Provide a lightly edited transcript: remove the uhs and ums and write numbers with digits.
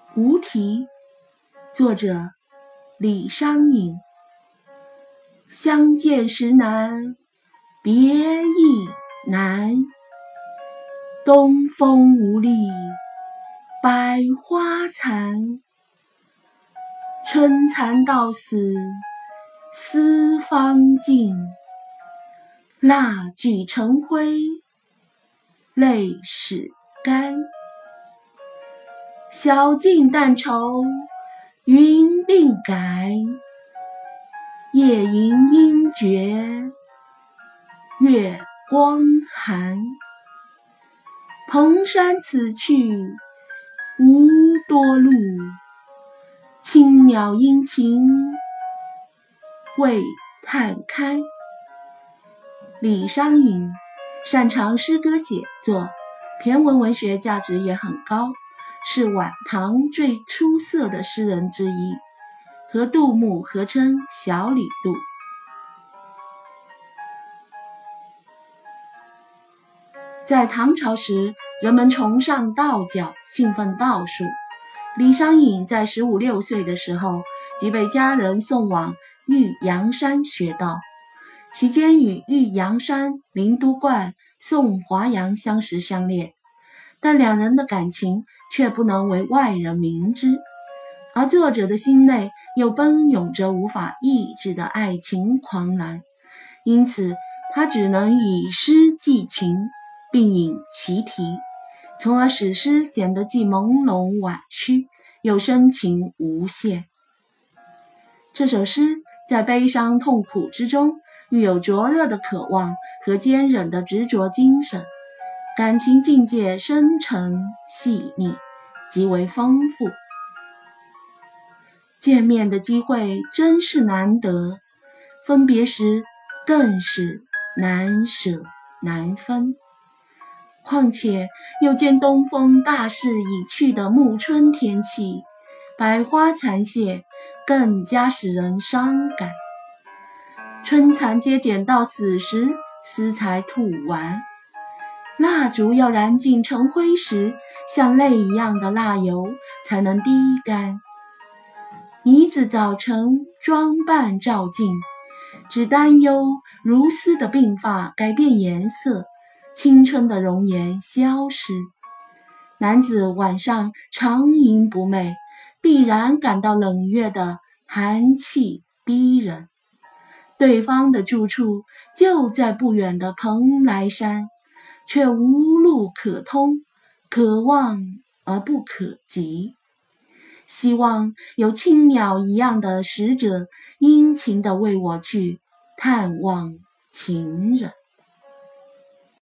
无题，作者李商隐。相见时难别亦难，东风无力百花残。春蚕到死丝方尽，蜡炬成灰泪始干。晓镜但愁云鬓改，夜吟应觉月光寒。蓬山此去无多路，青鸟殷勤为探看。李商隐擅长诗歌写作，骈文文学价值也很高，是晚唐最出色的诗人之一，和杜牧合称小李杜。在唐朝时，人们崇尚道教，信奉道术。李商隐在15、16岁的时候，即被家人送往玉阳山学道，期间与玉阳山灵都观宋华阳相识相恋，但两人的感情却不能为外人明知，而作者的心内又奔涌着无法抑制的爱情狂澜，因此他只能以诗寄情，并引其题，从而使诗显得既朦胧婉曲，又深情无限。这首诗在悲伤痛苦之中，寓有灼热的渴望和坚韧的执着精神，感情境界深沉细腻，极为丰富。见面的机会真是难得，分别时更是难舍难分。况且又见东风大势已去的暮春天气，百花残谢，更加使人伤感。春蚕皆剪到死时，丝才吐完。蜡烛要燃尽成灰时，像泪一样的蜡油才能滴干。女子早晨装扮照镜，只担忧如丝的鬓发改变颜色，青春的容颜消失。男子晚上长吟不寐，必然感到冷月的寒气逼人。对方的住处就在不远的蓬莱山，却无路可通，可望而不可及。希望有青鸟一样的使者，殷勤地为我去探望情人。